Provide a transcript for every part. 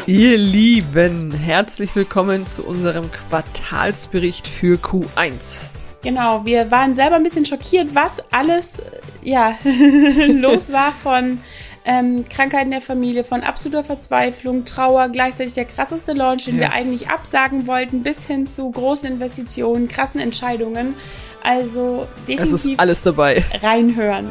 Ihr Lieben, herzlich willkommen zu unserem Quartalsbericht für Q1. Genau, wir waren selber ein bisschen schockiert, was alles los war von Krankheiten der Familie, von absoluter Verzweiflung, Trauer, gleichzeitig der krasseste Launch, den wir eigentlich absagen wollten, bis hin zu großen Investitionen, krassen Entscheidungen. Also definitiv es ist alles dabei. Reinhören.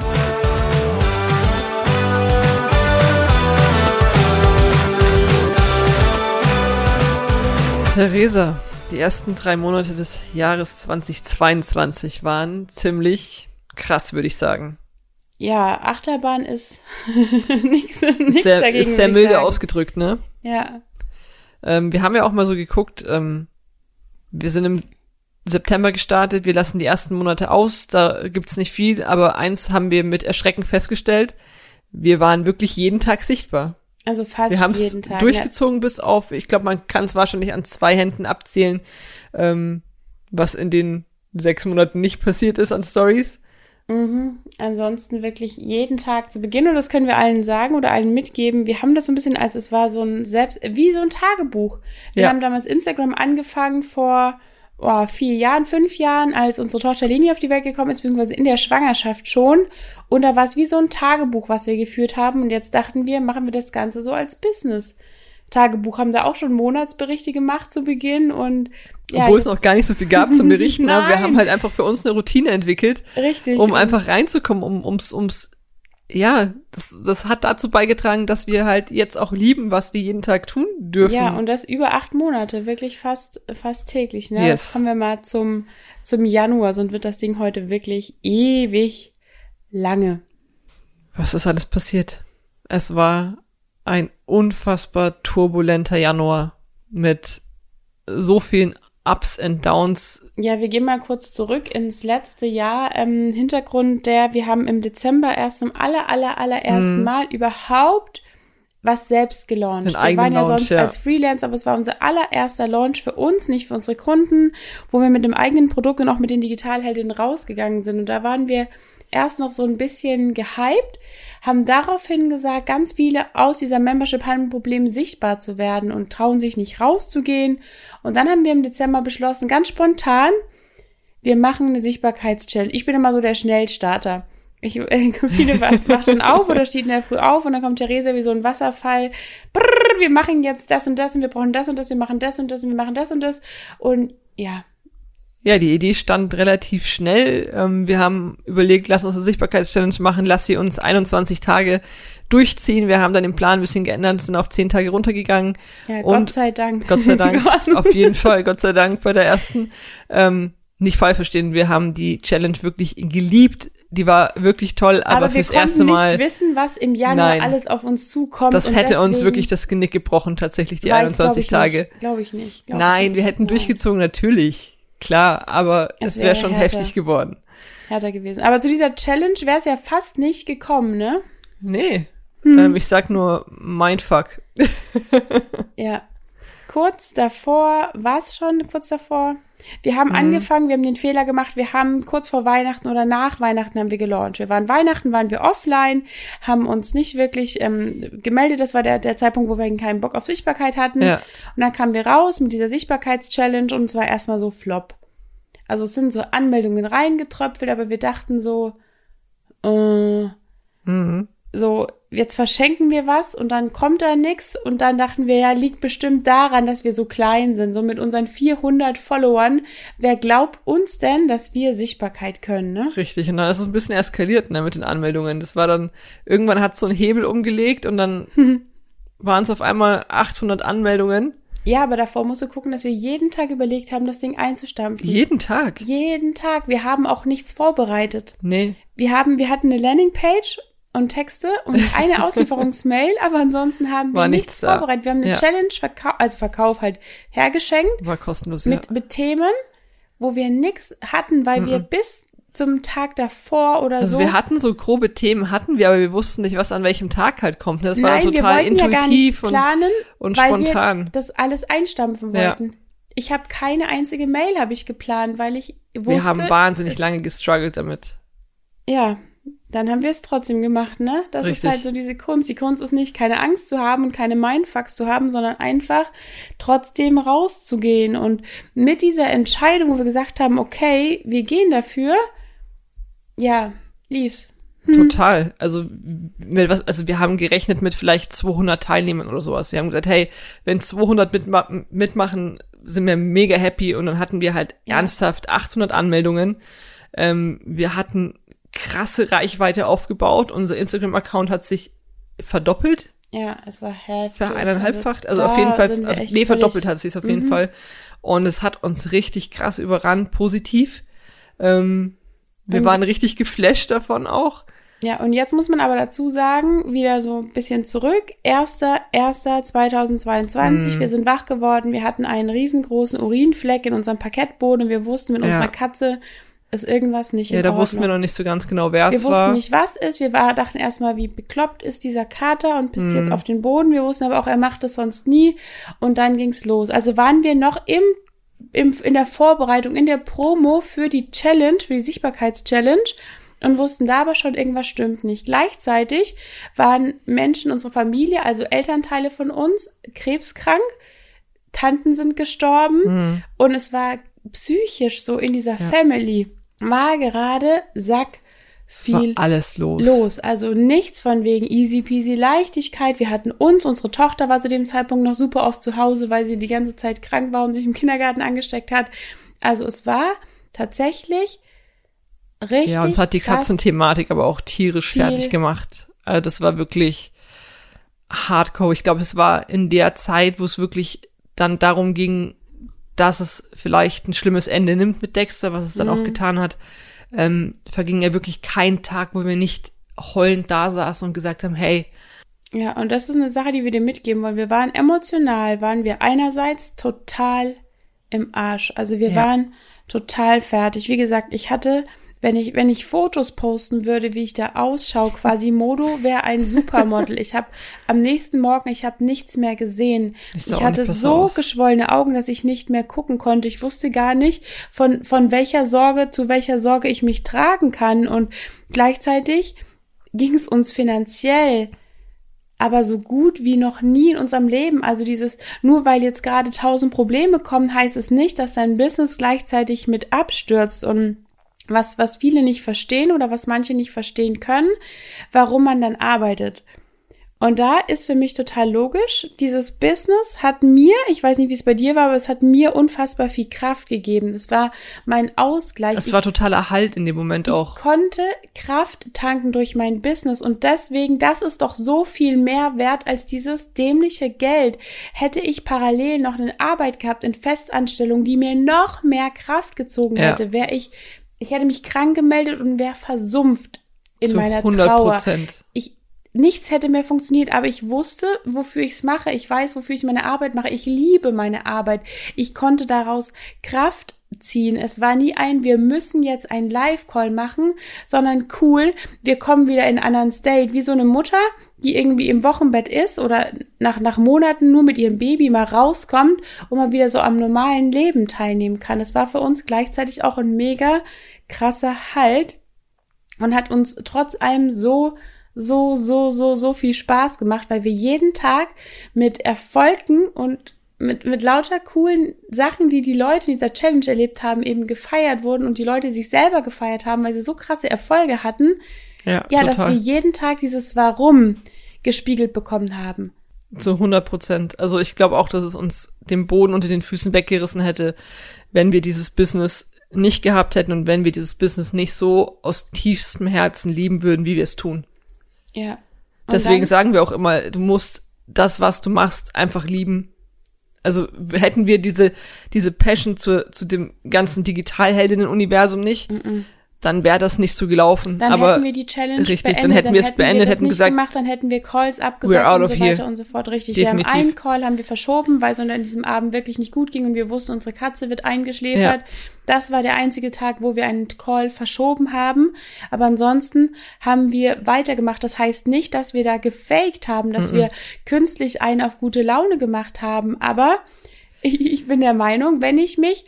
Theresa, die ersten 3 Monate des Jahres 2022 waren ziemlich krass, würde ich sagen. Ja, Achterbahn ist nichts dagegen. Ist sehr milde ausgedrückt, ne? Ja. Wir haben ja auch mal so geguckt, wir sind im September gestartet, wir lassen die ersten Monate aus, da gibt's nicht viel, aber eins haben wir mit Erschrecken festgestellt, wir waren wirklich jeden Tag sichtbar. Also fast jeden Tag. Wir haben es durchgezogen bis auf, ich glaube, man kann es wahrscheinlich an 2 Händen abzählen, was in den 6 Monaten nicht passiert ist an Stories. Ansonsten wirklich jeden Tag zu Beginn, und das können wir allen sagen oder allen mitgeben, wir haben das so ein bisschen, als es war so ein wie so ein Tagebuch. Wir haben damals Instagram angefangen vor 4 Jahren, 5 Jahren, als unsere Tochter Leni auf die Welt gekommen ist, beziehungsweise in der Schwangerschaft schon. Und da war es wie so ein Tagebuch, was wir geführt haben. Und jetzt dachten wir, machen wir das Ganze so als Business-Tagebuch. Haben da auch schon Monatsberichte gemacht zu Beginn. Und obwohl es noch gar nicht so viel gab zum Berichten, aber wir haben halt einfach für uns eine Routine entwickelt. Richtig. Um einfach reinzukommen, das hat dazu beigetragen, dass wir halt jetzt auch lieben, was wir jeden Tag tun dürfen. Ja, und das über 8 Monate, wirklich fast täglich, ne? Yes. Jetzt kommen wir mal zum Januar, sonst wird das Ding heute wirklich ewig lange. Was ist alles passiert? Es war ein unfassbar turbulenter Januar mit so vielen Ups and Downs. Ja, wir gehen mal kurz zurück ins letzte Jahr. Hintergrund wir haben im Dezember erst zum allerersten Mal überhaupt was selbst gelauncht. Wir waren ja sonst als Freelancer, aber es war unser allererster Launch für uns, nicht für unsere Kunden, wo wir mit dem eigenen Produkt und auch mit den Digitalheldinnen rausgegangen sind. Und da waren wir erst noch so ein bisschen gehypt, haben daraufhin gesagt, ganz viele aus dieser Membership haben ein Problem, sichtbar zu werden und trauen sich nicht rauszugehen. Und dann haben wir im Dezember beschlossen, ganz spontan, wir machen eine Sichtbarkeitschallenge. Ich bin immer so der Schnellstarter. Christine macht dann auf oder steht in der Früh auf und dann kommt Theresa wie so ein Wasserfall. Brrr, wir machen jetzt das und das und wir brauchen das und das, wir machen das und das und wir machen das und das. Und ja. Ja, die Idee stand relativ schnell. Wir haben überlegt, lass uns eine Sichtbarkeitschallenge machen, lass sie uns 21 Tage durchziehen. Wir haben dann den Plan ein bisschen geändert, sind auf 10 Tage runtergegangen. Ja, Gott sei Dank. Gott sei Dank, auf jeden Fall, Gott sei Dank bei der ersten. Nicht falsch verstehen, wir haben die Challenge wirklich geliebt. Die war wirklich toll, aber fürs erste Mal. Wir konnten nicht wissen, was im Januar alles auf uns zukommt. Das hätte uns wirklich das Genick gebrochen, tatsächlich, die 21 Tage. Glaube ich nicht. Nein, wir hätten durchgezogen, natürlich. Klar, aber es wäre schon heftig geworden. Härter gewesen. Aber zu dieser Challenge wäre es ja fast nicht gekommen, ne? Nee. Ich sag nur Mindfuck. Ja. Kurz davor. Wir haben angefangen, wir haben den Fehler gemacht, wir haben kurz vor Weihnachten oder nach Weihnachten haben wir gelauncht. Weihnachten waren wir offline, haben uns nicht wirklich gemeldet. Das war der Zeitpunkt, wo wir keinen Bock auf Sichtbarkeit hatten. Ja. Und dann kamen wir raus mit dieser Sichtbarkeitschallenge und es war erstmal so Flop. Also es sind so Anmeldungen reingetröpfelt, aber wir dachten so, so, jetzt verschenken wir was und dann kommt da nix und dann dachten wir, ja, liegt bestimmt daran, dass wir so klein sind, so mit unseren 400 Followern. Wer glaubt uns denn, dass wir Sichtbarkeit können, ne? Richtig, und dann ist es ein bisschen eskaliert, ne, mit den Anmeldungen. Das war dann, irgendwann hat so ein Hebel umgelegt und dann waren es auf einmal 800 Anmeldungen. Ja, aber davor musst du gucken, dass wir jeden Tag überlegt haben, das Ding einzustampfen. Jeden Tag? Jeden Tag. Wir haben auch nichts vorbereitet. Nee. Wir hatten eine Landingpage und Texte und eine Auslieferungsmail, aber ansonsten haben wir nichts vorbereitet. Wir haben eine Challenge, Verkauf halt hergeschenkt. War kostenlos, mit Themen, wo wir nichts hatten, weil wir bis zum Tag davor oder also wir hatten so grobe Themen, aber wir wussten nicht, was an welchem Tag halt kommt. Das war dann total intuitiv und spontan. Wir das alles einstampfen wollten. Ja. Ich habe keine einzige Mail geplant, weil ich wusste. Wir haben wahnsinnig lange gestruggelt damit. Ja. dann haben wir es trotzdem gemacht, ne? Das Richtig. ist halt so diese Kunst. Die Kunst ist nicht, keine Angst zu haben und keine Mindfucks zu haben, sondern einfach trotzdem rauszugehen. Und mit dieser Entscheidung, wo wir gesagt haben, okay, wir gehen dafür, ja, lief's. Total. Also wir haben gerechnet mit vielleicht 200 Teilnehmern oder sowas. Wir haben gesagt, hey, wenn 200 mitmachen, sind wir mega happy. Und dann hatten wir halt ernsthaft 800 Anmeldungen. Wir hatten krasse Reichweite aufgebaut. Unser Instagram-Account hat sich verdoppelt. Ja, es war heftig. Vereineinhalbfacht. Also auf jeden Fall, verdoppelt hat es sich auf jeden Fall. Und es hat uns richtig krass überrannt, positiv. Wir waren richtig geflasht davon auch. Ja, und jetzt muss man aber dazu sagen, wieder so ein bisschen zurück, 1.1.2022, wir sind wach geworden, wir hatten einen riesengroßen Urinfleck in unserem Parkettboden und wir wussten mit unserer Katze, ist irgendwas nicht in Ordnung. Ja, da wussten wir noch nicht so ganz genau, wer es war. Wir wussten nicht, was ist, dachten erstmal, wie bekloppt ist dieser Kater und pisst jetzt auf den Boden, wir wussten aber auch, er macht das sonst nie und dann ging's los. Also waren wir noch in der Vorbereitung, in der Promo für die Challenge, für die Sichtbarkeits-Challenge und wussten da aber schon, irgendwas stimmt nicht. Gleichzeitig waren Menschen, unsere Familie, also Elternteile von uns, krebskrank, Tanten sind gestorben und es war psychisch so in dieser Family, war gerade viel war alles los. Also nichts von wegen easy peasy Leichtigkeit. Wir hatten unsere Tochter war zu dem Zeitpunkt noch super oft zu Hause, weil sie die ganze Zeit krank war und sich im Kindergarten angesteckt hat. Also es war tatsächlich richtig. Ja, uns hat die Katzenthematik aber auch tierisch fertig gemacht. Also das war wirklich hardcore. Ich glaube, es war in der Zeit, wo es wirklich dann darum ging, dass es vielleicht ein schlimmes Ende nimmt mit Dexter, was es dann auch getan hat. Verging ja wirklich kein Tag, wo wir nicht heulend da saßen und gesagt haben, hey. Ja, und das ist eine Sache, die wir dir mitgeben wollen. Wir waren emotional, einerseits total im Arsch. Also wir waren total fertig. Wie gesagt, ich hatte, wenn ich Fotos posten würde, wie ich da ausschaue, quasi Modo wäre ein Supermodel. Ich habe am nächsten Morgen, nichts mehr gesehen. Ich hatte so geschwollene Augen, dass ich nicht mehr gucken konnte. Ich wusste gar nicht, von welcher Sorge zu welcher Sorge ich mich tragen kann. Und gleichzeitig ging es uns finanziell aber so gut wie noch nie in unserem Leben. Also nur weil jetzt gerade 1000 Probleme kommen, heißt es nicht, dass dein Business gleichzeitig mit abstürzt. Und was viele nicht verstehen oder was manche nicht verstehen können, warum man dann arbeitet. Und da ist für mich total logisch, dieses Business hat mir, ich weiß nicht, wie es bei dir war, aber es hat mir unfassbar viel Kraft gegeben. Das war mein Ausgleich. Es war totaler Halt in dem Moment auch. Ich konnte Kraft tanken durch mein Business und deswegen, das ist doch so viel mehr wert als dieses dämliche Geld. Hätte ich parallel noch eine Arbeit gehabt in Festanstellung, die mir noch mehr Kraft gezogen hätte, ich hätte mich krank gemeldet und wäre versumpft in meiner 100%. Trauer. Nichts hätte mehr funktioniert, aber ich wusste, wofür ich es mache. Ich weiß, wofür ich meine Arbeit mache. Ich liebe meine Arbeit. Ich konnte daraus Kraft ziehen. Es war nie wir müssen jetzt einen Live-Call machen, sondern cool, wir kommen wieder in einen anderen State. Wie so eine Mutter, die irgendwie im Wochenbett ist oder nach Monaten nur mit ihrem Baby mal rauskommt und mal wieder so am normalen Leben teilnehmen kann. Es war für uns gleichzeitig auch ein mega krasser Halt und hat uns trotz allem so viel Spaß gemacht, weil wir jeden Tag mit Erfolgen und mit lauter coolen Sachen, die Leute in dieser Challenge erlebt haben, eben gefeiert wurden und die Leute sich selber gefeiert haben, weil sie so krasse Erfolge hatten, dass wir jeden Tag dieses Warum gespiegelt bekommen haben. Zu 100%. Also ich glaube auch, dass es uns den Boden unter den Füßen weggerissen hätte, wenn wir dieses Business nicht gehabt hätten und wenn wir dieses Business nicht so aus tiefstem Herzen lieben würden, wie wir es tun. Ja. Deswegen sagen wir auch immer, du musst das, was du machst, einfach lieben. Also hätten wir diese Passion zu dem ganzen Digitalheldinnen-Universum nicht, dann wäre das nicht so gelaufen. Dann hätten wir die Challenge beendet. Dann hätten wir es beendet, hätten gesagt, gemacht, dann hätten wir Calls abgesagt und so weiter und so fort. Richtig. Definitiv. Wir haben einen Call, haben wir verschoben, weil es uns an diesem Abend wirklich nicht gut ging und wir wussten, unsere Katze wird eingeschläfert. Ja. Das war der einzige Tag, wo wir einen Call verschoben haben. Aber ansonsten haben wir weitergemacht. Das heißt nicht, dass wir da gefaked haben, dass wir künstlich einen auf gute Laune gemacht haben. Aber ich bin der Meinung, wenn ich mich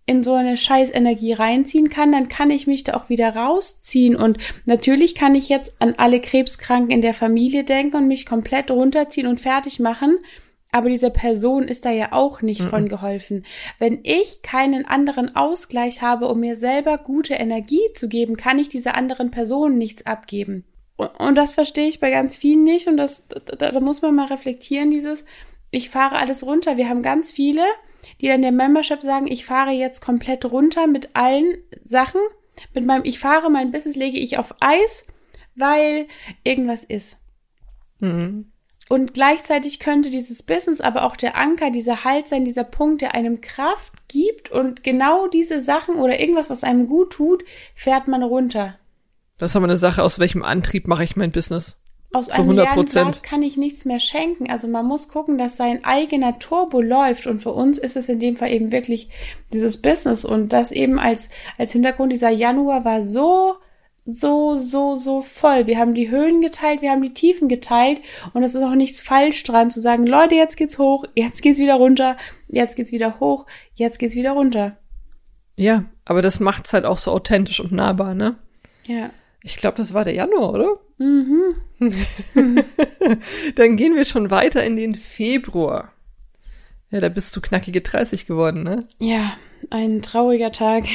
in so eine Scheißenergie reinziehen kann, dann kann ich mich da auch wieder rausziehen. Und natürlich kann ich jetzt an alle Krebskranken in der Familie denken und mich komplett runterziehen und fertig machen. Aber dieser Person ist da ja auch nicht von geholfen. Wenn ich keinen anderen Ausgleich habe, um mir selber gute Energie zu geben, kann ich dieser anderen Person nichts abgeben. Und das verstehe ich bei ganz vielen nicht. Und da muss man mal reflektieren, ich fahre alles runter. Wir haben ganz viele, die dann der Membership sagen, ich fahre jetzt komplett runter mit allen Sachen. Ich fahre mein Business, lege ich auf Eis, weil irgendwas ist. Mhm. Und gleichzeitig könnte dieses Business aber auch der Anker, dieser Halt sein, dieser Punkt, der einem Kraft gibt, und genau diese Sachen oder irgendwas, was einem gut tut, fährt man runter. Das ist aber eine Sache, aus welchem Antrieb mache ich mein Business? Aus einem leeren Glas kann ich nichts mehr schenken. Also man muss gucken, dass sein eigener Turbo läuft. Und für uns ist es in dem Fall eben wirklich dieses Business. Und das eben als Hintergrund, dieser Januar war so voll. Wir haben die Höhen geteilt, wir haben die Tiefen geteilt. Und es ist auch nichts falsch dran zu sagen, Leute, jetzt geht's hoch, jetzt geht's wieder runter, jetzt geht's wieder hoch, jetzt geht's wieder runter. Ja, aber das macht's halt auch so authentisch und nahbar, ne? Ja. Ich glaube, das war der Januar, oder? Mhm. Dann gehen wir schon weiter in den Februar. Ja, da bist du knackige 30 geworden, ne? Ja, ein trauriger Tag.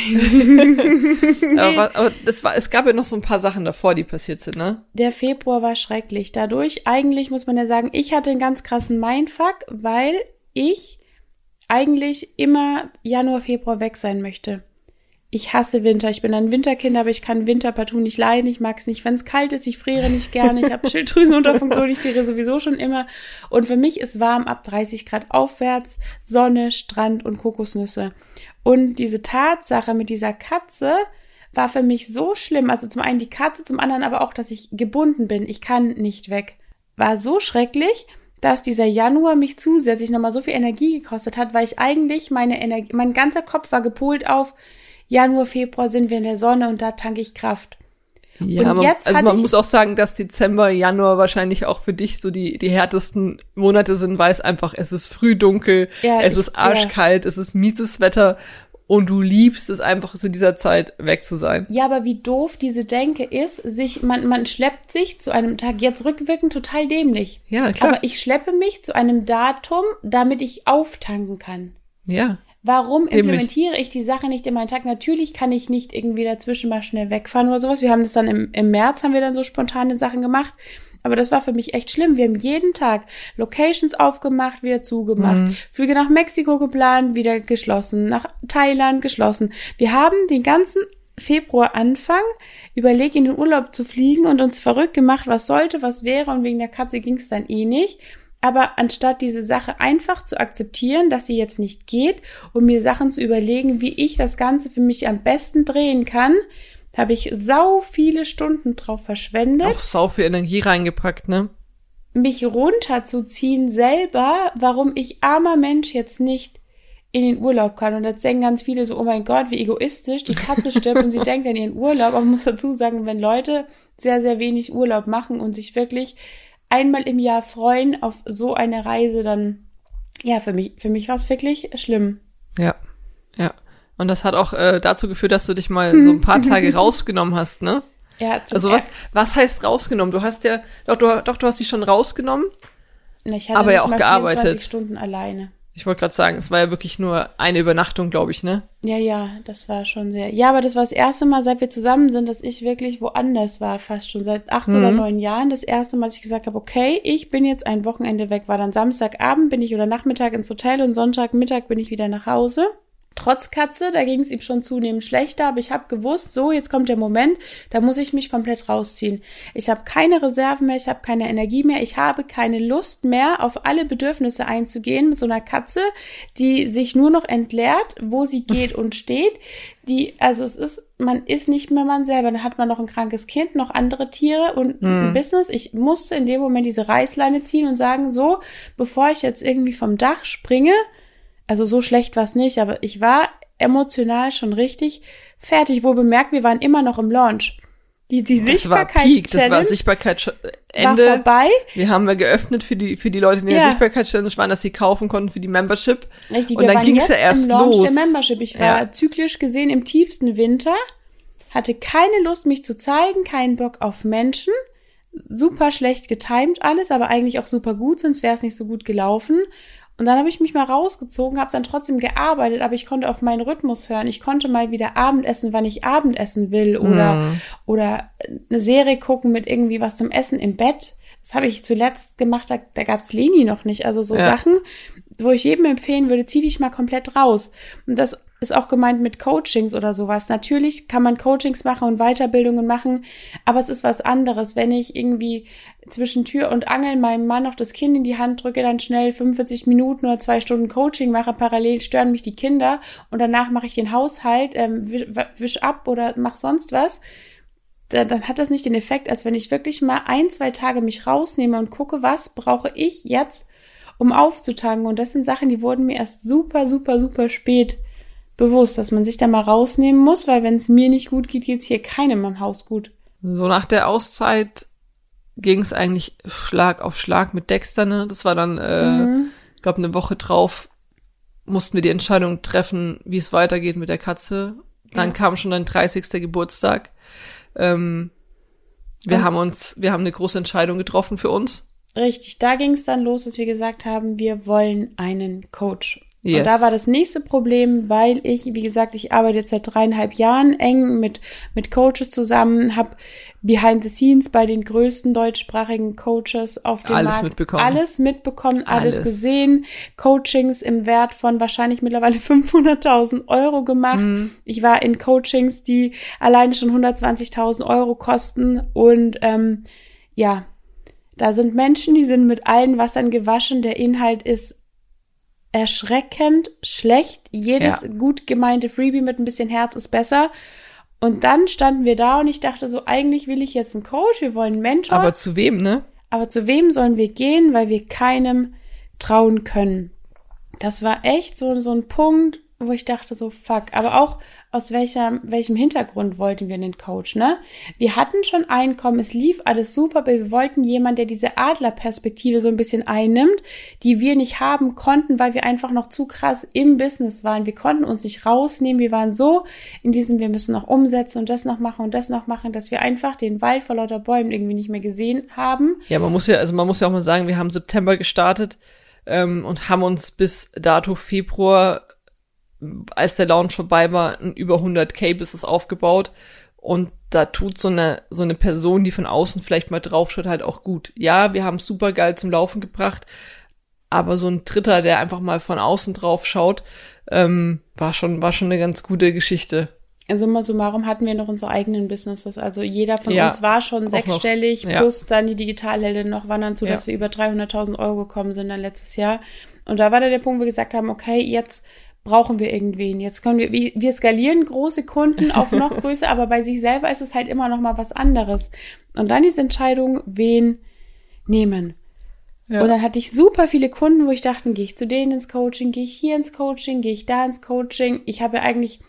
aber es gab ja noch so ein paar Sachen davor, die passiert sind, ne? Der Februar war schrecklich. Dadurch, eigentlich muss man ja sagen, ich hatte einen ganz krassen Mindfuck, weil ich eigentlich immer Januar, Februar weg sein möchte. Ich hasse Winter. Ich bin ein Winterkind, aber ich kann Winter partout nicht leiden. Ich mag es nicht, wenn es kalt ist. Ich friere nicht gerne. Ich habe Schilddrüsenunterfunktion. Ich friere sowieso schon immer. Und für mich ist warm ab 30 Grad aufwärts, Sonne, Strand und Kokosnüsse. Und diese Tatsache mit dieser Katze war für mich so schlimm. Also zum einen die Katze, zum anderen aber auch, dass ich gebunden bin. Ich kann nicht weg. War so schrecklich, dass dieser Januar mich zusätzlich nochmal so viel Energie gekostet hat, weil ich eigentlich mein ganzer Kopf war gepolt auf Januar, Februar sind wir in der Sonne und da tanke ich Kraft. Ja, man muss auch sagen, dass Dezember, Januar wahrscheinlich auch für dich so die härtesten Monate sind, weil es ist früh dunkel, es ist arschkalt, es ist mieses Wetter und du liebst es einfach zu dieser Zeit weg zu sein. Ja, aber wie doof diese Denke ist, man schleppt sich zu einem Tag, jetzt rückwirkend total dämlich. Ja, klar. Aber ich schleppe mich zu einem Datum, damit ich auftanken kann. Ja. Warum implementiere ich die Sache nicht in meinen Tag? Natürlich kann ich nicht irgendwie dazwischen mal schnell wegfahren oder sowas. Wir haben das dann im März, haben wir dann so spontane Sachen gemacht. Aber das war für mich echt schlimm. Wir haben jeden Tag Locations aufgemacht, wieder zugemacht. Flüge nach Mexiko geplant, wieder geschlossen. Nach Thailand geschlossen. Wir haben den ganzen Februar Anfang überlegt, in den Urlaub zu fliegen und uns verrückt gemacht, was sollte, was wäre. Und wegen der Katze ging es dann eh nicht. Aber anstatt diese Sache einfach zu akzeptieren, dass sie jetzt nicht geht und mir Sachen zu überlegen, wie ich das Ganze für mich am besten drehen kann, habe ich sau viele Stunden drauf verschwendet. Auch sau viel Energie reingepackt, ne? Mich runterzuziehen selber, warum ich armer Mensch jetzt nicht in den Urlaub kann. Und jetzt denken ganz viele so, oh mein Gott, wie egoistisch, die Katze stirbt und sie denkt an ihren Urlaub. Aber man muss dazu sagen, wenn Leute sehr, sehr wenig Urlaub machen und sich wirklich einmal im Jahr freuen auf so eine Reise, dann, ja, für mich war es wirklich schlimm. Ja. Und das hat auch dazu geführt, dass du dich mal so ein paar Tage rausgenommen hast, ne? Ja. Also was heißt rausgenommen? Du hast ja, du hast dich schon rausgenommen, ich hatte aber ja auch gearbeitet. 24 Stunden alleine. Ich wollte gerade sagen, es war ja wirklich nur eine Übernachtung, glaube ich, ne? Ja, das war schon sehr. Ja, aber das war das erste Mal, seit wir zusammen sind, dass ich wirklich woanders war, fast schon seit 8 oder 9 Jahren. Das erste Mal, dass ich gesagt habe, okay, ich bin jetzt ein Wochenende weg. War dann Samstagabend, bin ich oder Nachmittag ins Hotel und Sonntagmittag bin ich wieder nach Hause. Trotz Katze, da ging es ihm schon zunehmend schlechter, aber ich habe gewusst, so, jetzt kommt der Moment, da muss ich mich komplett rausziehen. Ich habe keine Reserven mehr, ich habe keine Energie mehr, ich habe keine Lust mehr, auf alle Bedürfnisse einzugehen mit so einer Katze, die sich nur noch entleert, wo sie geht und steht. Man ist nicht mehr man selber, dann hat man noch ein krankes Kind, noch andere Tiere und ein Business. Ich musste in dem Moment diese Reißleine ziehen und sagen, so, bevor ich jetzt irgendwie vom Dach springe, also so schlecht war es nicht, aber ich war emotional schon richtig fertig. Wohl bemerkt, wir waren immer noch im Launch. Die Sichtbarkeitschallenge. Das war Sichtbarkeit Ende war vorbei. Wir haben geöffnet für die Leute, die in der Sichtbarkeitschallenge waren, dass sie kaufen konnten für die Membership. Richtig, und dann ging es ja erst im Launch los. Der Membership. Ich war zyklisch gesehen im tiefsten Winter, hatte keine Lust, mich zu zeigen, keinen Bock auf Menschen. Super schlecht getimed alles, aber eigentlich auch super gut, sonst wäre es nicht so gut gelaufen. Und dann habe ich mich mal rausgezogen, habe dann trotzdem gearbeitet, aber ich konnte auf meinen Rhythmus hören. Ich konnte mal wieder Abendessen, wann ich Abendessen will oder eine Serie gucken mit irgendwie was zum Essen im Bett. Das habe ich zuletzt gemacht, da gab's Leni noch nicht. Also so Sachen, wo ich jedem empfehlen würde, zieh dich mal komplett raus. Und das ist auch gemeint mit Coachings oder sowas. Natürlich kann man Coachings machen und Weiterbildungen machen, aber es ist was anderes. Wenn ich irgendwie zwischen Tür und Angel meinem Mann noch das Kind in die Hand drücke, dann schnell 45 Minuten oder 2 Stunden Coaching mache, parallel stören mich die Kinder und danach mache ich den Haushalt, wisch ab oder mach sonst was, dann hat das nicht den Effekt, als wenn ich wirklich mal 1-2 Tage mich rausnehme und gucke, was brauche ich jetzt, um aufzutanken. Und das sind Sachen, die wurden mir erst super, super, super spät bewusst, dass man sich da mal rausnehmen muss, weil wenn es mir nicht gut geht, geht's hier keinem im Haus gut. So nach der Auszeit ging es eigentlich Schlag auf Schlag mit Dexter, ne? Das war dann, ich glaube, eine Woche drauf mussten wir die Entscheidung treffen, wie es weitergeht mit der Katze. Dann kam schon dein 30. Geburtstag. Wir haben eine große Entscheidung getroffen für uns. Richtig, da ging es dann los, dass wir gesagt haben, wir wollen einen Coach. Yes. Und da war das nächste Problem, weil ich arbeite jetzt seit 3,5 Jahren eng mit Coaches zusammen, habe behind the scenes bei den größten deutschsprachigen Coaches auf dem Markt alles mitbekommen, alles gesehen, Coachings im Wert von wahrscheinlich mittlerweile 500.000 Euro gemacht. Ich war in Coachings, die alleine schon 120.000 Euro kosten und da sind Menschen, die sind mit allen Wassern gewaschen, der Inhalt ist erschreckend schlecht. Jedes gut gemeinte Freebie mit ein bisschen Herz ist besser. Und dann standen wir da und ich dachte so, eigentlich will ich jetzt einen Coach, wir wollen einen Mentor. Aber zu wem, ne? Aber zu wem sollen wir gehen, weil wir keinem trauen können. Das war echt so ein Punkt, wo ich dachte so, fuck. Aber auch aus welchem Hintergrund wollten wir einen Coach, ne? Wir hatten schon Einkommen, es lief alles super, aber wir wollten jemanden, der diese Adlerperspektive so ein bisschen einnimmt, die wir nicht haben konnten, weil wir einfach noch zu krass im Business waren. Wir konnten uns nicht rausnehmen, wir waren so in diesem, wir müssen noch umsetzen und das noch machen, dass wir einfach den Wald vor lauter Bäumen irgendwie nicht mehr gesehen haben. Ja, man muss ja auch mal sagen, wir haben September gestartet und haben uns bis dato Februar, als der Launch vorbei war, ein über 100.000 Business aufgebaut. Und da tut so eine Person, die von außen vielleicht mal draufschaut, halt auch gut. Ja, wir haben es super geil zum Laufen gebracht, aber so ein Dritter, der einfach mal von außen drauf schaut, war schon eine ganz gute Geschichte. Summa summarum hatten wir noch unsere eigenen Businesses. Also jeder von uns war schon sechsstellig, plus dann die Digitalheldin noch wandern zu, dass wir über 300.000 Euro gekommen sind dann letztes Jahr. Und da war dann der Punkt, wo wir gesagt haben, okay, jetzt brauchen wir irgendwen. Jetzt können wir skalieren große Kunden auf noch größer, aber bei sich selber ist es halt immer noch mal was anderes. Und dann diese Entscheidung, wen nehmen. Ja. Und dann hatte ich super viele Kunden, wo ich dachte, gehe ich zu denen ins Coaching, gehe ich hier ins Coaching, gehe ich da ins Coaching. Ich habe ja eigentlich,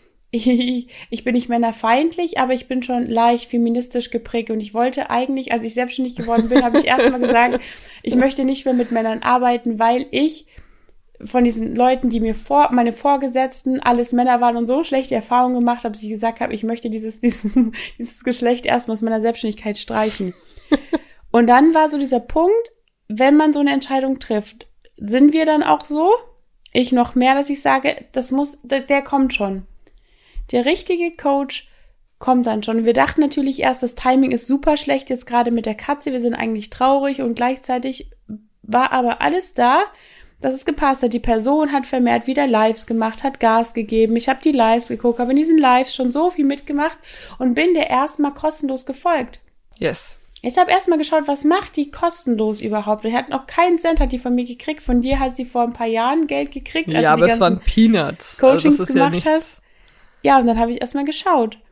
ich bin nicht männerfeindlich, aber ich bin schon leicht feministisch geprägt und ich wollte eigentlich, als ich selbstständig geworden bin, habe ich erstmal gesagt, ich möchte nicht mehr mit Männern arbeiten, weil ich von diesen Leuten, die mir meine Vorgesetzten, alles Männer waren und so schlechte Erfahrungen gemacht habe, dass ich gesagt habe, ich möchte dieses Geschlecht erstmal aus meiner Selbstständigkeit streichen. Und dann war so dieser Punkt, wenn man so eine Entscheidung trifft, sind wir dann auch so, ich noch mehr, dass ich sage, der kommt schon. Der richtige Coach kommt dann schon. Wir dachten natürlich erst, das Timing ist super schlecht, jetzt gerade mit der Katze, wir sind eigentlich traurig und gleichzeitig war aber alles da, dass es gepasst hat. Die Person hat vermehrt wieder Lives gemacht, hat Gas gegeben. Ich habe die Lives geguckt, habe in diesen Lives schon so viel mitgemacht und bin der erstmal kostenlos gefolgt. Yes. Ich habe erstmal geschaut, was macht die kostenlos überhaupt? Die hat noch keinen Cent, hat die von mir gekriegt. Von dir hat sie vor ein paar Jahren Geld gekriegt. Ja, aber es waren Peanuts. Coachings gemacht hast. Ja, und dann habe ich erstmal geschaut.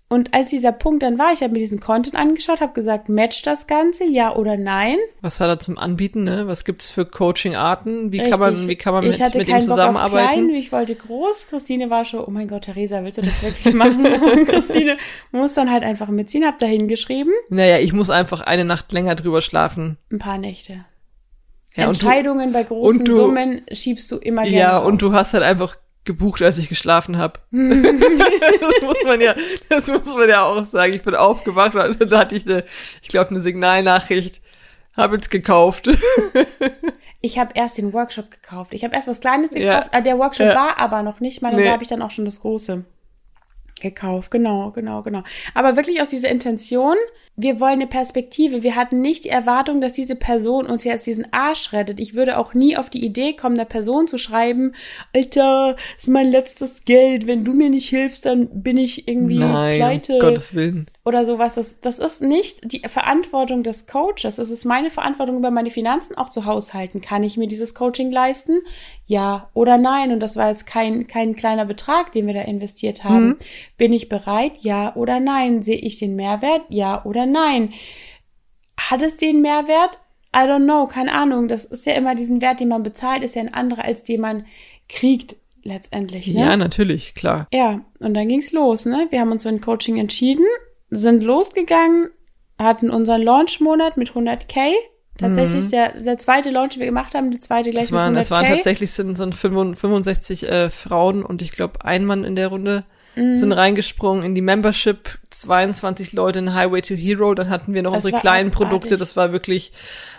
Und als dieser Punkt dann war, ich habe mir diesen Content angeschaut, habe gesagt, matcht das Ganze, ja oder nein? Was hat er zum Anbieten, ne? Was gibt's für Coaching-Arten? Wie kann man mit ihm zusammenarbeiten? Ich hatte keinen Bock auf klein, ich wollte groß. Christine war schon, oh mein Gott, Theresa, willst du das wirklich machen? Und Christine muss dann halt einfach mitziehen, hab da hingeschrieben. Naja, ich muss einfach eine Nacht länger drüber schlafen. Ein paar Nächte. Ja, Entscheidungen bei großen Summen schiebst du immer gerne Ja, raus. und du hast halt einfach gebucht, als ich geschlafen habe. Das muss man ja auch sagen. Ich bin aufgewacht und da hatte ich eine Signalnachricht. Hab jetzt gekauft. Ich habe erst den Workshop gekauft. Ich habe erst was Kleines gekauft. Ja. Der Workshop war aber noch nicht mal. Und da habe ich dann auch schon das Große gekauft. Genau. Aber wirklich aus dieser Intention, wir wollen eine Perspektive. Wir hatten nicht die Erwartung, dass diese Person uns jetzt diesen Arsch rettet. Ich würde auch nie auf die Idee kommen, einer Person zu schreiben, Alter, das ist mein letztes Geld. Wenn du mir nicht hilfst, dann bin ich irgendwie pleite. Um Gottes Willen. Oder sowas. Das ist nicht die Verantwortung des Coaches. Es ist meine Verantwortung, über meine Finanzen auch zu haushalten. Kann ich mir dieses Coaching leisten? Ja oder nein? Und das war jetzt kein kleiner Betrag, den wir da investiert haben. Bin ich bereit? Ja oder nein? Sehe ich den Mehrwert? Ja oder nein? Hat es den Mehrwert? I don't know, keine Ahnung. Das ist ja immer diesen Wert, den man bezahlt, ist ja ein anderer, als den man kriegt letztendlich. Ne? Ja, natürlich, klar. Ja, und dann ging's los. Ne? Wir haben uns für ein Coaching entschieden, sind losgegangen, hatten unseren Launch-Monat mit 100.000. Tatsächlich der zweite Launch, den wir gemacht haben, die zweite gleich mit 100.000. Es waren tatsächlich sind 65 Frauen und ich glaube ein Mann in der Runde sind reingesprungen in die Membership, 22 Leute in Highway to Hero, dann hatten wir noch unsere kleinen Produkte, das war wirklich,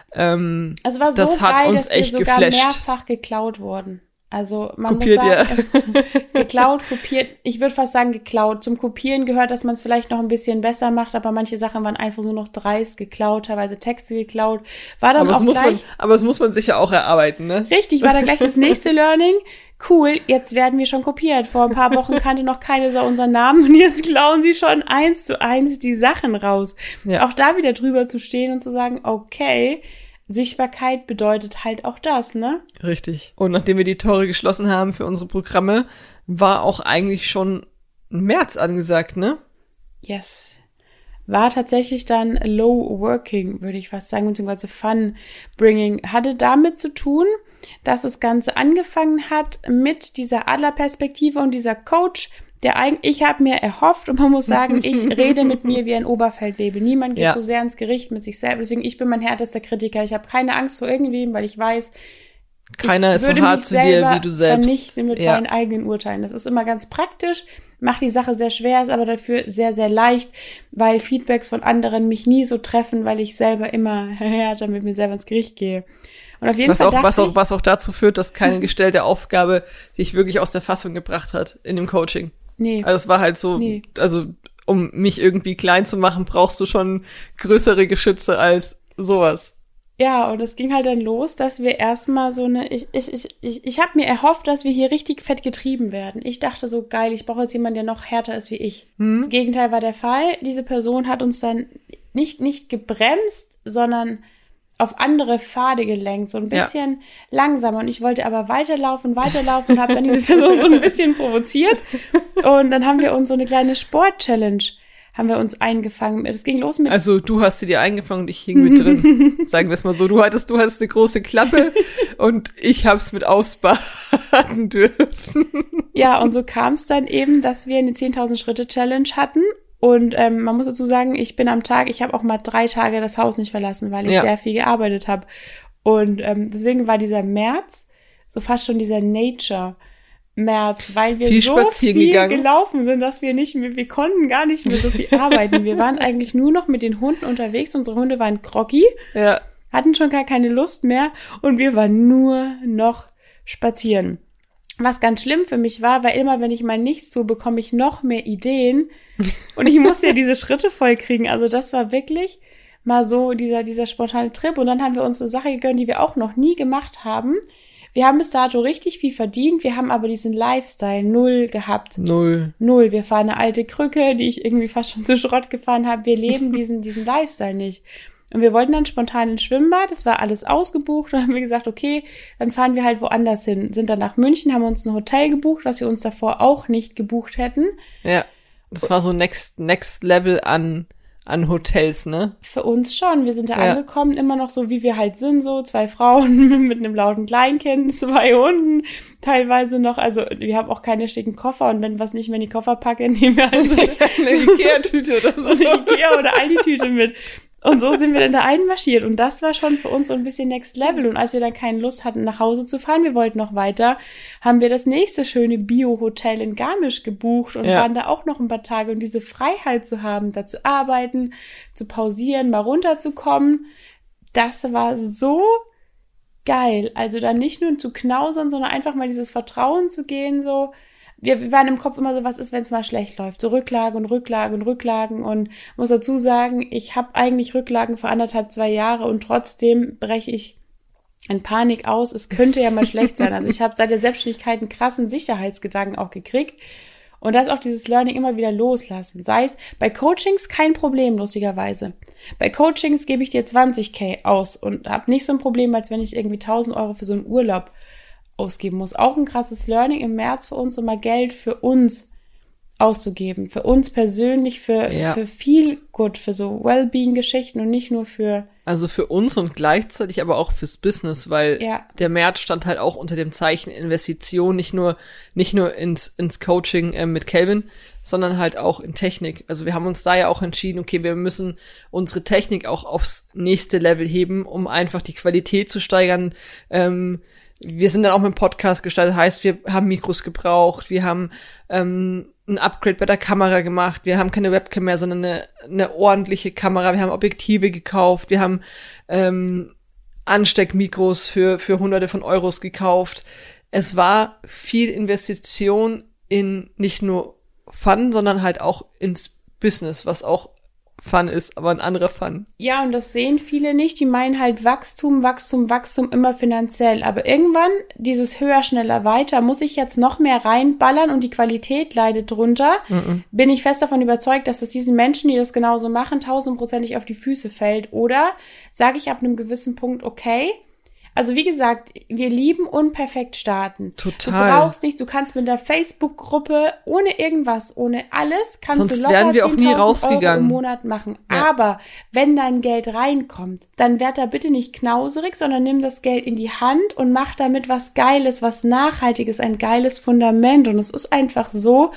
es war so das hat geil, uns dass echt wir sogar geflasht. Mehrfach geklaut wurden. Also man Kopiert, muss sagen, geklaut, kopiert, ich würde fast sagen geklaut. Zum Kopieren gehört, dass man es vielleicht noch ein bisschen besser macht, aber manche Sachen waren einfach nur noch dreist geklaut, teilweise Texte geklaut. War dann aber das muss man sich ja auch erarbeiten, ne? Richtig, war dann gleich das nächste Learning. Cool, jetzt werden wir schon kopiert. Vor ein paar Wochen kannte noch keine so unseren Namen und jetzt klauen sie schon 1:1 die Sachen raus. Ja. Auch da wieder drüber zu stehen und zu sagen, okay, Sichtbarkeit bedeutet halt auch das, ne? Richtig. Und nachdem wir die Tore geschlossen haben für unsere Programme, war auch eigentlich schon März angesagt, ne? Yes. War tatsächlich dann low working, würde ich fast sagen, beziehungsweise fun bringing. Hatte damit zu tun, dass das Ganze angefangen hat mit dieser Adlerperspektive und dieser Coach, ich habe mir erhofft, und man muss sagen, ich rede mit mir wie ein Oberfeldwebel. Niemand geht so sehr ins Gericht mit sich selbst. Deswegen, ich bin mein härtester Kritiker. Ich habe keine Angst vor irgendwem, weil ich weiß, keiner ist so hart zu dir wie du selbst. Vernichten mit meinen eigenen Urteilen. Das ist immer ganz praktisch, macht die Sache sehr schwer, ist aber dafür sehr, sehr leicht, weil Feedbacks von anderen mich nie so treffen, weil ich selber immer härter mit mir selber ins Gericht gehe. Und auf jeden Fall was auch dazu führt, dass keine gestellte Aufgabe dich wirklich aus der Fassung gebracht hat in dem Coaching. Nee. Also es war halt so, also um mich irgendwie klein zu machen, brauchst du schon größere Geschütze als sowas. Ja, und es ging halt dann los, dass wir erstmal so eine, ich habe mir erhofft, dass wir hier richtig fett getrieben werden. Ich dachte so, geil, ich brauche jetzt jemanden, der noch härter ist wie ich. Das Gegenteil war der Fall. Diese Person hat uns dann nicht gebremst, sondern auf andere Pfade gelenkt, so ein bisschen langsamer. Und ich wollte aber weiterlaufen und habe dann diese Person so ein bisschen provoziert. Und dann haben wir uns so eine kleine Sport-Challenge eingefangen. Das ging los mit... Also du hast sie dir eingefangen und ich hing mit drin. Sagen wir es mal so. Du hattest eine große Klappe und ich hab's mit ausbaden dürfen. Ja, und so kam es dann eben, dass wir eine 10.000 Schritte-Challenge hatten. Und man muss dazu sagen, ich habe auch mal 3 Tage das Haus nicht verlassen, weil ich sehr viel gearbeitet habe. Und deswegen war dieser März so fast schon dieser Nature-März, weil wir so viel gelaufen sind, dass wir konnten gar nicht mehr so viel arbeiten. Wir waren eigentlich nur noch mit den Hunden unterwegs. Unsere Hunde waren groggy, hatten schon gar keine Lust mehr und wir waren nur noch spazieren. Was ganz schlimm für mich war, weil immer, wenn ich mal nichts tue, bekomme ich noch mehr Ideen und ich musste ja diese Schritte voll kriegen. Also das war wirklich mal so dieser spontane Trip und dann haben wir uns eine Sache gegönnt, die wir auch noch nie gemacht haben. Wir haben bis dato richtig viel verdient, wir haben aber diesen Lifestyle 0 gehabt. 0. Wir fahren eine alte Krücke, die ich irgendwie fast schon zu Schrott gefahren habe. Wir leben diesen Lifestyle nicht. Und wir wollten dann spontan ins Schwimmbad, das war alles ausgebucht. Dann haben wir gesagt, okay, dann fahren wir halt woanders hin. Sind dann nach München, haben uns ein Hotel gebucht, was wir uns davor auch nicht gebucht hätten. Ja. Das war so next Level an Hotels, ne? Für uns schon. Wir sind da angekommen, immer noch so, wie wir halt sind, so 2 Frauen mit einem lauten Kleinkind, 2 Hunden, teilweise noch, also wir haben auch keine schicken Koffer und wenn was nicht mehr in die Koffer packe, nehmen wir also eine Ikea-Tüte oder so. Eine Ikea- oder Aldi-Tüte mit. Und so sind wir dann da einmarschiert und das war schon für uns so ein bisschen Next Level und als wir dann keine Lust hatten, nach Hause zu fahren, wir wollten noch weiter, haben wir das nächste schöne Bio-Hotel in Garmisch gebucht und waren da auch noch ein paar Tage und diese Freiheit zu haben, da zu arbeiten, zu pausieren, mal runterzukommen, das war so geil. Also dann nicht nur zu knausern, sondern einfach mal dieses Vertrauen zu gehen, so. Wir waren im Kopf immer so, was ist, wenn es mal schlecht läuft? So Rücklagen und muss dazu sagen, ich habe eigentlich Rücklagen für 1,5-2 Jahre und trotzdem breche ich in Panik aus. Es könnte ja mal schlecht sein. Also ich habe seit der Selbstständigkeit einen krassen Sicherheitsgedanken auch gekriegt und das auch dieses Learning immer wieder loslassen. Sei es bei Coachings kein Problem, lustigerweise. Bei Coachings gebe ich dir 20.000 aus und habe nicht so ein Problem, als wenn ich irgendwie 1.000 Euro für so einen Urlaub ausgeben muss. Auch ein krasses Learning im März für uns, um mal Geld für uns auszugeben. Für uns persönlich, für viel gut, für so Wellbeing-Geschichten und nicht nur für... Also für uns und gleichzeitig aber auch fürs Business, weil der März stand halt auch unter dem Zeichen Investition, nicht nur ins Coaching mit Kelvin, sondern halt auch in Technik. Also wir haben uns da ja auch entschieden, okay, wir müssen unsere Technik auch aufs nächste Level heben, um einfach die Qualität zu steigern. Wir sind dann auch mit dem Podcast gestartet, heißt, wir haben Mikros gebraucht, wir haben ein Upgrade bei der Kamera gemacht, wir haben keine Webcam mehr, sondern eine ordentliche Kamera, wir haben Objektive gekauft, wir haben Ansteckmikros für Hunderte von Euros gekauft. Es war viel Investition in nicht nur Fun, sondern halt auch ins Business, was auch Fun ist, aber ein anderer Fun. Ja, und das sehen viele nicht. Die meinen halt Wachstum immer finanziell. Aber irgendwann dieses höher, schneller, weiter, muss ich jetzt noch mehr reinballern und die Qualität leidet drunter. Bin ich fest davon überzeugt, dass es diesen Menschen, die das genauso machen, 1000%ig auf die Füße fällt. Oder sage ich ab einem gewissen Punkt, okay, also wie gesagt, wir lieben unperfekt starten. Total. Du brauchst nicht, du kannst mit der Facebook-Gruppe ohne irgendwas, ohne alles, kannst sonst du locker wären wir auch nie 10.000 Euro im Monat machen. Ja. Aber wenn dein Geld reinkommt, dann werd da bitte nicht knauserig, sondern nimm das Geld in die Hand und mach damit was Geiles, was Nachhaltiges, ein geiles Fundament. Und es ist einfach so,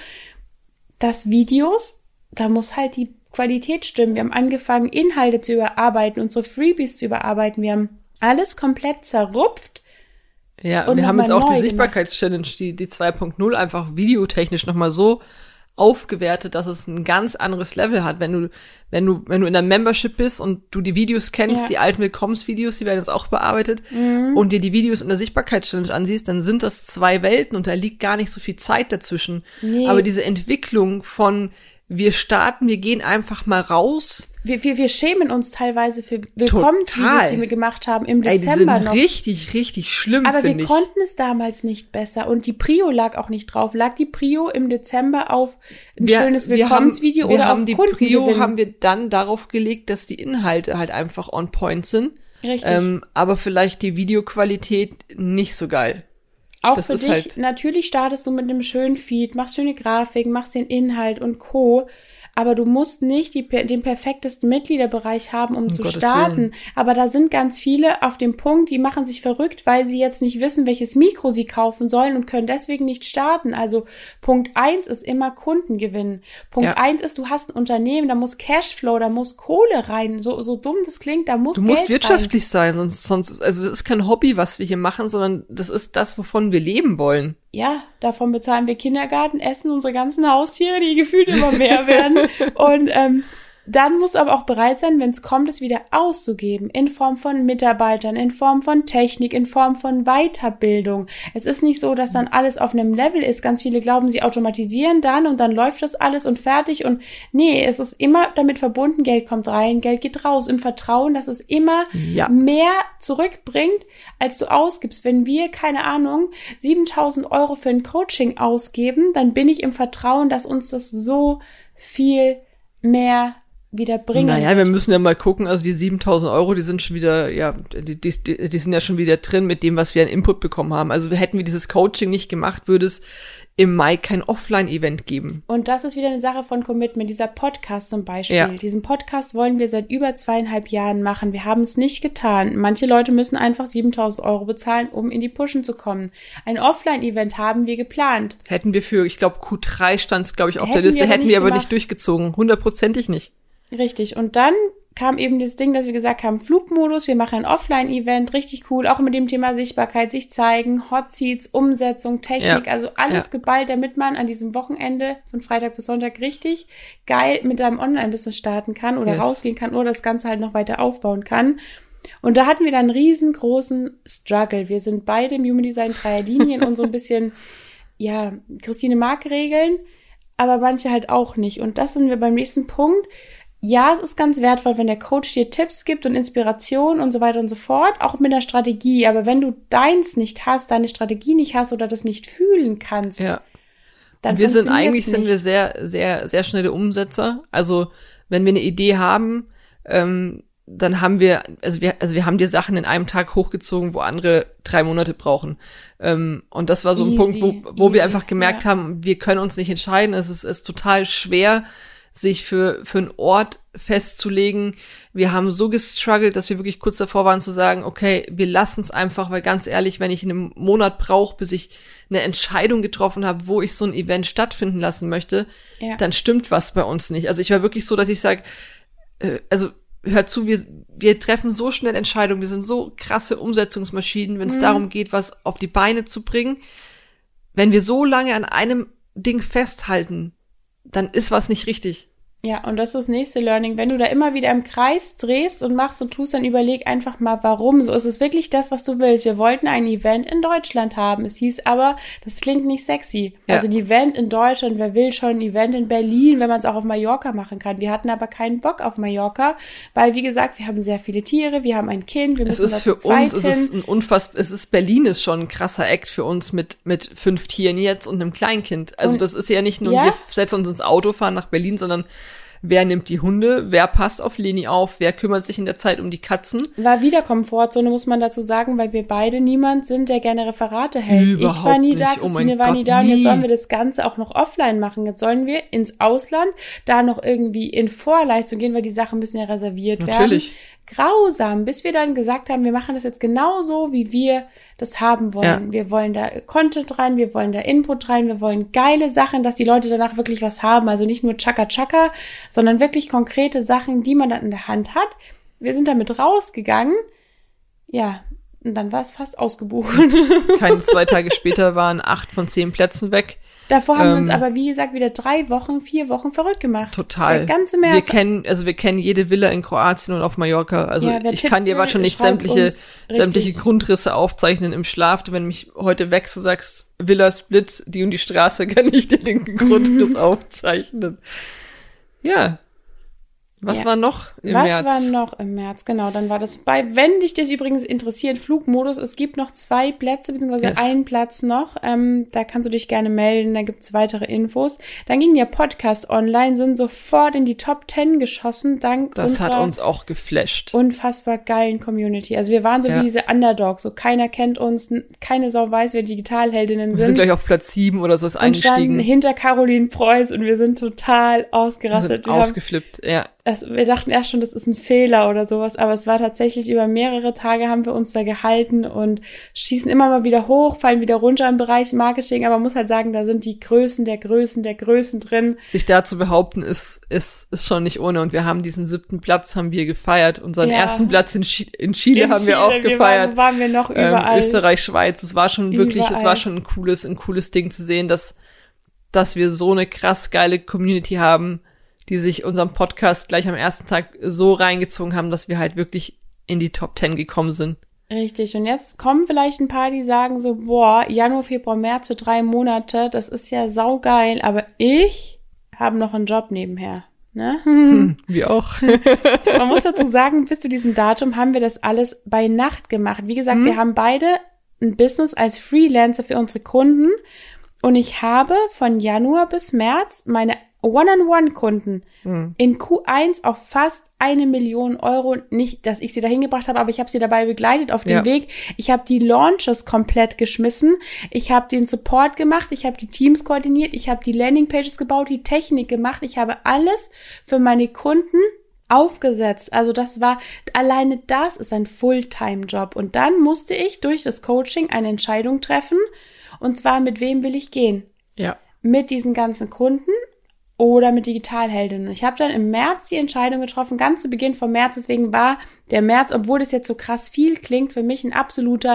dass Videos, da muss halt die Qualität stimmen. Wir haben angefangen, Inhalte zu überarbeiten, unsere Freebies zu überarbeiten. Wir haben alles komplett zerrupft. Ja, und wir haben jetzt auch die Sichtbarkeitschallenge, die 2.0 einfach videotechnisch nochmal so aufgewertet, dass es ein ganz anderes Level hat. Wenn du in der Membership bist und du die Videos kennst, die alten Willkommensvideos, die werden jetzt auch bearbeitet, und dir die Videos in der Sichtbarkeitschallenge ansiehst, dann sind das 2 Welten und da liegt gar nicht so viel Zeit dazwischen. Nee. Aber diese Entwicklung von wir starten, wir gehen einfach mal raus. Wir schämen uns teilweise für Willkommensvideos, die wir gemacht haben im Dezember noch. Die sind richtig, richtig schlimm, finde ich. Aber wir konnten es damals nicht besser und die Prio lag auch nicht drauf. Lag die Prio im Dezember auf ein schönes Willkommensvideo oder auf Kundengewinn? Die Prio haben wir dann darauf gelegt, dass die Inhalte halt einfach on point sind. Richtig. Aber vielleicht die Videoqualität nicht so geil. Auch das für dich, halt, natürlich startest du mit einem schönen Feed, machst schöne Grafiken, machst den Inhalt und Co., aber du musst nicht den perfektesten Mitgliederbereich haben, um zu starten. Aber da sind ganz viele auf dem Punkt, die machen sich verrückt, weil sie jetzt nicht wissen, welches Mikro sie kaufen sollen und können deswegen nicht starten. Also Punkt 1 ist immer Kunden gewinnen. Punkt 1 ist, du hast ein Unternehmen, da muss Cashflow, da muss Kohle rein. So dumm das klingt, da muss Geld rein. Du musst wirtschaftlich sein, sonst, also das ist kein Hobby, was wir hier machen, sondern das ist das, wovon wir leben wollen. Ja, davon bezahlen wir Kindergarten, essen unsere ganzen Haustiere, die gefühlt immer mehr werden. Und dann musst du aber auch bereit sein, wenn es kommt, es wieder auszugeben. In Form von Mitarbeitern, in Form von Technik, in Form von Weiterbildung. Es ist nicht so, dass dann alles auf einem Level ist. Ganz viele glauben, sie automatisieren dann und dann läuft das alles und fertig. Und nee, es ist immer damit verbunden, Geld kommt rein, Geld geht raus. Im Vertrauen, dass es immer mehr zurückbringt, als du ausgibst. Wenn wir, keine Ahnung, 7.000 Euro für ein Coaching ausgeben, dann bin ich im Vertrauen, dass uns das so viel mehr wieder bringen. Naja, wir müssen ja mal gucken, also die 7.000 Euro, die sind schon wieder, die sind ja schon wieder drin mit dem, was wir an Input bekommen haben. Also hätten wir dieses Coaching nicht gemacht, würde es im Mai kein Offline-Event geben. Und das ist wieder eine Sache von Commitment. Dieser Podcast zum Beispiel. Diesen Podcast wollen wir seit über 2,5 Jahren machen. Wir haben es nicht getan. Manche Leute müssen einfach 7.000 € bezahlen, um in die Pushen zu kommen. Ein Offline-Event haben wir geplant. Hätten wir für, ich glaube, Q3 stand es, glaube ich, auf der Liste. Hätten wir aber nicht durchgezogen. 100%ig nicht. Richtig. Und dann kam eben dieses Ding, dass wir gesagt haben, Flugmodus, wir machen ein Offline-Event, richtig cool, auch mit dem Thema Sichtbarkeit, sich zeigen, Hot Seats, Umsetzung, Technik, also alles geballt, damit man an diesem Wochenende von Freitag bis Sonntag richtig geil mit seinem Online-Business starten kann oder rausgehen kann oder das Ganze halt noch weiter aufbauen kann. Und da hatten wir dann einen riesengroßen Struggle. Wir sind beide im Human Design Dreierlinien und so ein bisschen, Christine mag Regeln, aber manche halt auch nicht. Und das sind wir beim nächsten Punkt. Ja, es ist ganz wertvoll, wenn der Coach dir Tipps gibt und Inspiration und so weiter und so fort, auch mit der Strategie. Aber wenn du deins nicht hast, deine Strategie nicht hast oder das nicht fühlen kannst, dann wir sind wir sehr, sehr, sehr schnelle Umsetzer. Also wenn wir eine Idee haben, dann haben wir haben die Sachen in einem Tag hochgezogen, wo andere 3 Monate brauchen. Und das war so ein Punkt, wo wir einfach gemerkt haben, wir können uns nicht entscheiden. Es ist total schwer, sich für einen Ort festzulegen. Wir haben so gestruggelt, dass wir wirklich kurz davor waren zu sagen, okay, wir lassen es einfach, weil ganz ehrlich, wenn ich einen Monat brauche, bis ich eine Entscheidung getroffen habe, wo ich so ein Event stattfinden lassen möchte, dann stimmt was bei uns nicht. Also ich war wirklich so, dass ich sage, hört zu, wir treffen so schnell Entscheidungen, wir sind so krasse Umsetzungsmaschinen, wenn es darum geht, was auf die Beine zu bringen. Wenn wir so lange an einem Ding festhalten, dann ist was nicht richtig. Ja, und das ist das nächste Learning. Wenn du da immer wieder im Kreis drehst und machst und tust, dann überleg einfach mal, warum. So ist es wirklich das, was du willst. Wir wollten ein Event in Deutschland haben. Es hieß aber, das klingt nicht sexy. Ja. Also ein Event in Deutschland, wer will schon ein Event in Berlin, wenn man es auch auf Mallorca machen kann. Wir hatten aber keinen Bock auf Mallorca, weil, wie gesagt, wir haben sehr viele Tiere, wir haben ein Kind, wir müssen zu zweit hin. Berlin ist schon ein krasser Act für uns mit 5 Tieren jetzt und einem Kleinkind. Also das ist ja nicht nur, wir setzen uns ins Auto, fahren nach Berlin, sondern wer nimmt die Hunde? Wer passt auf Leni auf? Wer kümmert sich in der Zeit um die Katzen? War wieder Komfortzone, muss man dazu sagen, weil wir beide niemand sind, der gerne Referate hält. Überhaupt ich war nie da, nicht. Christine war nie da und jetzt sollen wir das Ganze auch noch offline machen. Jetzt sollen wir ins Ausland, da noch irgendwie in Vorleistung gehen, weil die Sachen müssen ja reserviert werden. Grausam, bis wir dann gesagt haben, wir machen das jetzt genauso, wie wir das haben wollen. Ja. Wir wollen da Content rein, wir wollen da Input rein, wir wollen geile Sachen, dass die Leute danach wirklich was haben. Also nicht nur Chaka-Chaka, sondern wirklich konkrete Sachen, die man dann in der Hand hat. Wir sind damit rausgegangen. Ja, und dann war es fast ausgebucht. Keine 2 Tage später waren 8 von 10 Plätzen weg. Davor haben wir uns aber, wie gesagt, wieder 3 Wochen, 4 Wochen verrückt gemacht. Total. Der ganze März. Wir kennen jede Villa in Kroatien und auf Mallorca. Also ich kann dir wahrscheinlich sämtliche Grundrisse aufzeichnen im Schlaf. Wenn du mich heute wächst und sagst, Villa Split, die und die Straße, kann ich dir den Grundriss aufzeichnen. Ja. Was war noch im März? Was war noch im März? Genau, dann war das wenn dich das übrigens interessiert, Flugmodus, es gibt noch 2 Plätze, beziehungsweise einen Platz noch, da kannst du dich gerne melden, da gibt's weitere Infos. Dann ging der Podcast online, sind sofort in die Top 10 geschossen, dank das hat uns auch geflasht. Unfassbar geilen Community. Also wir waren so wie diese Underdogs, so keiner kennt uns, keine Sau weiß, wer Digitalheldinnen sind. Wir sind gleich auf Platz 7 oder so eingestiegen. Und standen hinter Caroline Preuß und wir sind total ausgerastet. Wir sind ausgeflippt, ja. Wir dachten erst schon, das ist ein Fehler oder sowas, aber es war tatsächlich über mehrere Tage haben wir uns da gehalten und schießen immer mal wieder hoch, fallen wieder runter im Bereich Marketing, aber man muss halt sagen, da sind die Größen der Größen drin. Sich da zu behaupten, ist schon nicht ohne und wir haben diesen 7. Platz haben wir gefeiert, unseren ersten Platz in Chile haben wir auch gefeiert. Waren wir noch überall. Österreich, Schweiz, es war schon wirklich, es war schon ein cooles Ding zu sehen, dass wir so eine krass geile Community haben, die sich unserem Podcast gleich am ersten Tag so reingezogen haben, dass wir halt wirklich in die Top 10 gekommen sind. Richtig. Und jetzt kommen vielleicht ein paar, die sagen so, boah, Januar, Februar, März für 3 Monate, das ist ja saugeil, aber ich habe noch einen Job nebenher. Ne? Wir auch. Man muss dazu sagen, bis zu diesem Datum haben wir das alles bei Nacht gemacht. Wie gesagt, wir haben beide ein Business als Freelancer für unsere Kunden und ich habe von Januar bis März meine One-on-One-Kunden in Q1 auf fast 1 Million Euro. Nicht, dass ich sie dahin gebracht habe, aber ich habe sie dabei begleitet auf dem Weg. Ich habe die Launches komplett geschmissen. Ich habe den Support gemacht. Ich habe die Teams koordiniert. Ich habe die Landingpages gebaut, die Technik gemacht. Ich habe alles für meine Kunden aufgesetzt. Also alleine das ist ein Fulltime-Job. Und dann musste ich durch das Coaching eine Entscheidung treffen. Und zwar, mit wem will ich gehen? Ja. Mit diesen ganzen Kunden oder mit Digitalheldinnen. Ich habe dann im März die Entscheidung getroffen, ganz zu Beginn vom März. Deswegen war der März, obwohl das jetzt so krass viel klingt, für mich ein absoluter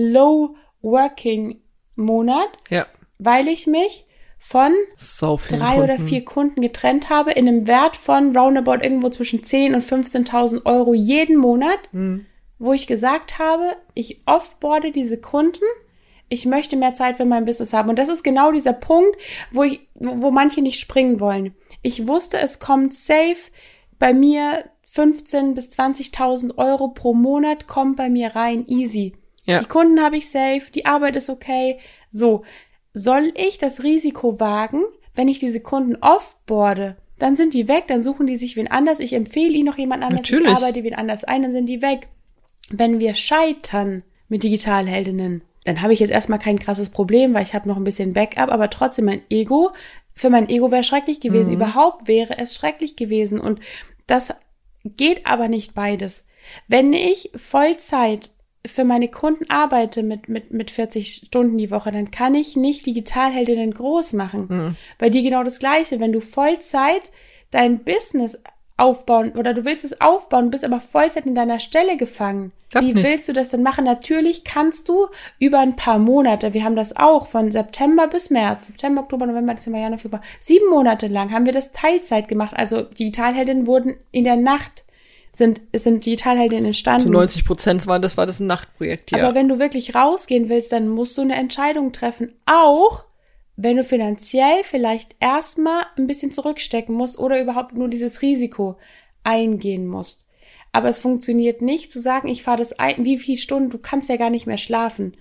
Low-Working-Monat, weil ich mich von 3 oder 4 Kunden getrennt habe, in einem Wert von roundabout irgendwo zwischen 10.000 und 15.000 Euro jeden Monat, wo ich gesagt habe, ich offboarde diese Kunden. Ich möchte mehr Zeit für mein Business haben. Und das ist genau dieser Punkt, wo manche nicht springen wollen. Ich wusste, es kommt safe bei mir 15.000 bis 20.000 Euro pro Monat kommt bei mir rein, easy. Ja. Die Kunden habe ich safe, die Arbeit ist okay. So, soll ich das Risiko wagen, wenn ich diese Kunden offboarde? Dann sind die weg, dann suchen die sich wen anders. Ich empfehle ihnen noch jemand anders. Natürlich. Ich arbeite wen anders ein, dann sind die weg. Wenn wir scheitern mit Digitalheldinnen, dann habe ich jetzt erstmal kein krasses Problem, weil ich habe noch ein bisschen Backup, aber trotzdem für mein Ego wäre schrecklich gewesen. Überhaupt wäre es schrecklich gewesen. Und das geht aber nicht beides. Wenn ich Vollzeit für meine Kunden arbeite mit 40 Stunden die Woche, dann kann ich nicht Digitalheldinnen groß machen. Bei dir genau das Gleiche. Wenn du Vollzeit dein Business aufbauen oder du willst es aufbauen, bist aber Vollzeit in deiner Stelle gefangen. Wie willst du das denn machen? Natürlich kannst du über ein paar Monate, wir haben das auch von September bis März, September, Oktober, November, Dezember, Januar, Februar, 7 Monate lang haben wir das Teilzeit gemacht. Also Digitalheldinnen wurden in der Nacht, sind Digitalheldinnen entstanden. Zu 90% war das ein Nachtprojekt, ja. Aber wenn du wirklich rausgehen willst, dann musst du eine Entscheidung treffen, auch wenn du finanziell vielleicht erstmal ein bisschen zurückstecken musst oder überhaupt nur dieses Risiko eingehen musst. Aber es funktioniert nicht zu sagen, ich fahre das ein, wie viele Stunden, du kannst ja gar nicht mehr schlafen.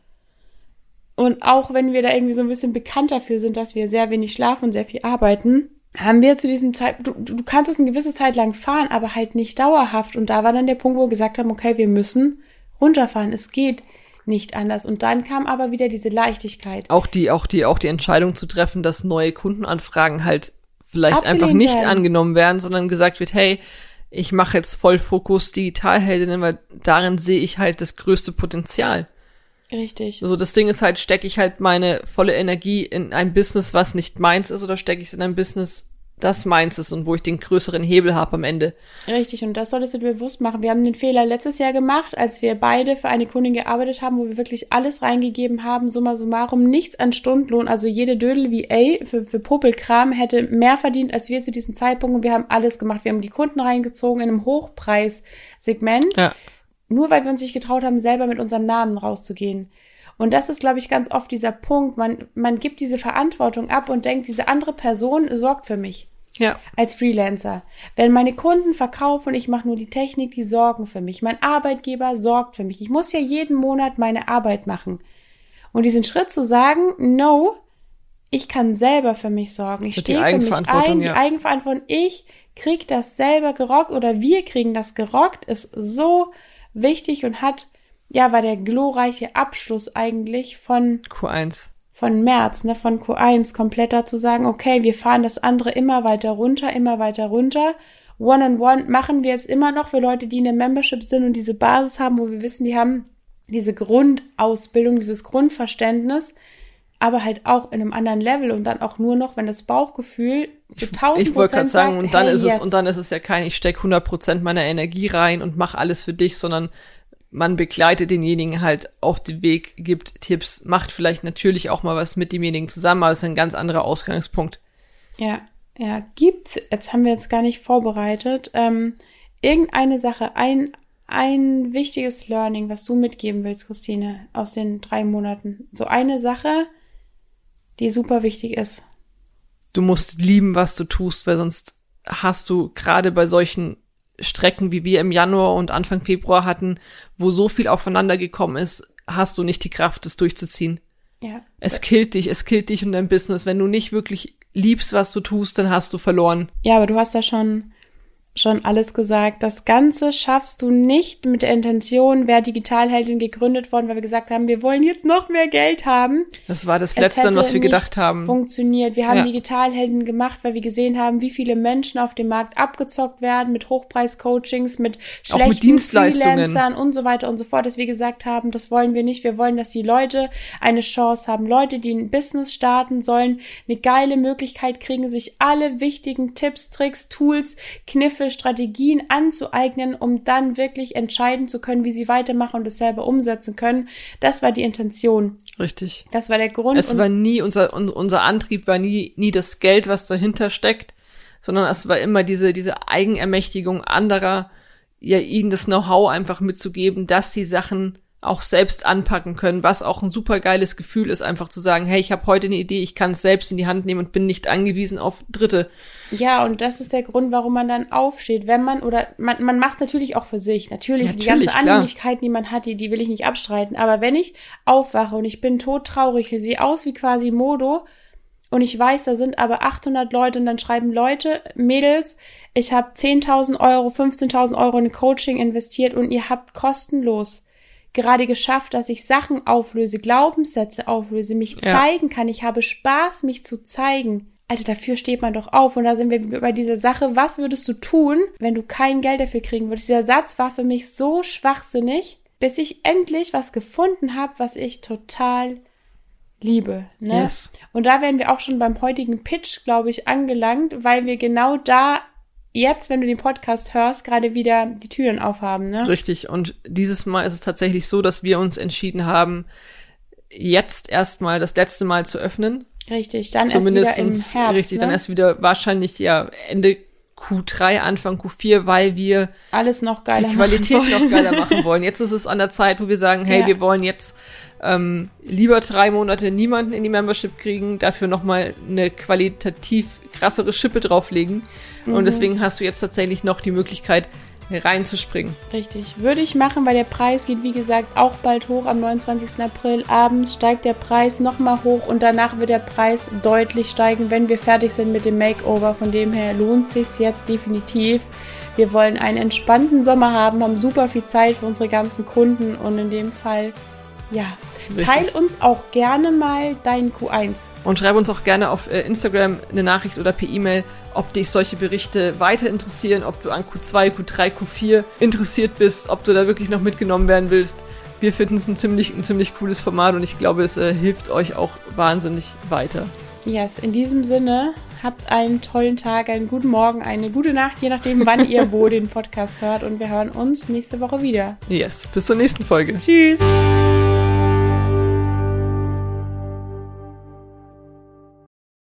Und auch wenn wir da irgendwie so ein bisschen bekannt dafür sind, dass wir sehr wenig schlafen und sehr viel arbeiten, haben wir zu diesem Zeitpunkt, du kannst es eine gewisse Zeit lang fahren, aber halt nicht dauerhaft. Und da war dann der Punkt, wo wir gesagt haben, okay, wir müssen runterfahren, es geht nicht anders. Und dann kam aber wieder diese Leichtigkeit. Auch die Entscheidung zu treffen, dass neue Kundenanfragen halt vielleicht einfach nicht angenommen werden, sondern gesagt wird, hey, ich mache jetzt voll Fokus Digitalheldinnen, weil darin sehe ich halt das größte Potenzial. Richtig. Also das Ding ist halt, stecke ich halt meine volle Energie in ein Business, was nicht meins ist, oder stecke ich es in ein Business, das meins ist und wo ich den größeren Hebel habe am Ende. Richtig, und das solltest du dir bewusst machen. Wir haben den Fehler letztes Jahr gemacht, als wir beide für eine Kundin gearbeitet haben, wo wir wirklich alles reingegeben haben, summa summarum, nichts an Stundenlohn. Also jede Dödel-VA für Popelkram hätte mehr verdient als wir zu diesem Zeitpunkt, und wir haben alles gemacht. Wir haben die Kunden reingezogen in einem Hochpreissegment, nur weil wir uns nicht getraut haben, selber mit unserem Namen rauszugehen. Und das ist, glaube ich, ganz oft dieser Punkt. Man gibt diese Verantwortung ab und denkt, diese andere Person sorgt für mich. Ja. Als Freelancer. Wenn meine Kunden verkaufen und ich mache nur die Technik, die sorgen für mich. Mein Arbeitgeber sorgt für mich. Ich muss ja jeden Monat meine Arbeit machen. Und diesen Schritt zu sagen, no, ich kann selber für mich sorgen. Ich stehe für mich ein, die Eigenverantwortung. Ich krieg das selber gerockt oder wir kriegen das gerockt, ist so wichtig und war der glorreiche Abschluss eigentlich von Q1. Von März, von Q1 komplett dazu sagen, okay, wir fahren das andere immer weiter runter. One-on-one machen wir jetzt immer noch für Leute, die in der Membership sind und diese Basis haben, wo wir wissen, die haben diese Grundausbildung, dieses Grundverständnis, aber halt auch in einem anderen Level und dann auch nur noch, wenn das Bauchgefühl zu 1000% Ich wollte gerade sagen, und dann hey, ist es ja kein, ich stecke 100% meiner Energie rein und mache alles für dich, sondern man begleitet denjenigen halt auf den Weg, gibt Tipps, macht vielleicht natürlich auch mal was mit demjenigen zusammen, aber es ist ein ganz anderer Ausgangspunkt. Ja, gibt's, jetzt haben wir jetzt gar nicht vorbereitet, irgendeine Sache, ein wichtiges Learning, was du mitgeben willst, Christine, aus den 3 Monaten. So eine Sache, die super wichtig ist. Du musst lieben, was du tust, weil sonst hast du gerade bei solchen Strecken, wie wir im Januar und Anfang Februar hatten, wo so viel aufeinander gekommen ist, hast du nicht die Kraft, das durchzuziehen. Ja. Es killt dich und dein Business, wenn du nicht wirklich liebst, was du tust, dann hast du verloren. Ja, aber du hast ja schon alles gesagt. Das Ganze schaffst du nicht mit der Intention, wäre Digitalheldin gegründet worden, weil wir gesagt haben, wir wollen jetzt noch mehr Geld haben. Das war das Letzte, was wir gedacht haben. Funktioniert. Wir haben Digitalheldin gemacht, weil wir gesehen haben, wie viele Menschen auf dem Markt abgezockt werden mit Hochpreis-Coachings, mit schlechten Freelancern und so weiter und so fort, dass wir gesagt haben, das wollen wir nicht. Wir wollen, dass die Leute eine Chance haben. Leute, die ein Business starten sollen, eine geile Möglichkeit kriegen, sich alle wichtigen Tipps, Tricks, Tools, Kniffe, Strategien anzueignen, um dann wirklich entscheiden zu können, wie sie weitermachen und es selber umsetzen können. Das war die Intention. Richtig. Das war der Grund. Es war nie, unser Antrieb war nie das Geld, was dahinter steckt, sondern es war immer diese Eigenermächtigung anderer, ja, ihnen das Know-how einfach mitzugeben, dass sie Sachen auch selbst anpacken können, was auch ein super geiles Gefühl ist, einfach zu sagen, hey, ich habe heute eine Idee, ich kann es selbst in die Hand nehmen und bin nicht angewiesen auf Dritte. Ja, und das ist der Grund, warum man dann aufsteht, wenn man macht es natürlich auch für sich, natürlich die ganzen Annehmlichkeiten, die man hat, die will ich nicht abstreiten, aber wenn ich aufwache und ich bin todtraurig, ich sehe aus wie quasi Modo und ich weiß, da sind aber 800 Leute und dann schreiben Leute, Mädels, ich habe 10.000 Euro, 15.000 Euro in ein Coaching investiert und ihr habt kostenlos gerade geschafft, dass ich Sachen auflöse, Glaubenssätze auflöse, mich zeigen kann. Ich habe Spaß, mich zu zeigen. Alter, dafür steht man doch auf. Und da sind wir bei dieser Sache, was würdest du tun, wenn du kein Geld dafür kriegen würdest? Dieser Satz war für mich so schwachsinnig, bis ich endlich was gefunden habe, was ich total liebe. Ne? Yes. Und da werden wir auch schon beim heutigen Pitch, glaube ich, angelangt, weil wir genau da jetzt, wenn du den Podcast hörst, gerade wieder die Türen aufhaben, ne? Richtig. Und dieses Mal ist es tatsächlich so, dass wir uns entschieden haben, jetzt erstmal das letzte Mal zu öffnen. Richtig, dann erst wieder im Herbst. Richtig, dann erst wieder wahrscheinlich Ende Q3, Anfang Q4, weil wir alles noch geiler die Qualität noch geiler machen wollen. Jetzt ist es an der Zeit, wo wir sagen, hey, wir wollen jetzt lieber 3 Monate niemanden in die Membership kriegen, dafür nochmal eine qualitativ krassere Schippe drauflegen. Und deswegen hast du jetzt tatsächlich noch die Möglichkeit, reinzuspringen. Richtig. Würde ich machen, weil der Preis geht, wie gesagt, auch bald hoch. Am 29. April abends steigt der Preis nochmal hoch und danach wird der Preis deutlich steigen, wenn wir fertig sind mit dem Makeover. Von dem her lohnt sich's jetzt definitiv. Wir wollen einen entspannten Sommer haben super viel Zeit für unsere ganzen Kunden und in dem Fall, teil uns auch gerne mal deinen Q1. Und schreib uns auch gerne auf Instagram eine Nachricht oder per E-Mail, ob dich solche Berichte weiter interessieren, ob du an Q2, Q3, Q4 interessiert bist, ob du da wirklich noch mitgenommen werden willst. Wir finden es ein ziemlich cooles Format und ich glaube, es hilft euch auch wahnsinnig weiter. Yes, in diesem Sinne, habt einen tollen Tag, einen guten Morgen, eine gute Nacht, je nachdem, wann ihr wo den Podcast hört und wir hören uns nächste Woche wieder. Yes, bis zur nächsten Folge. Tschüss!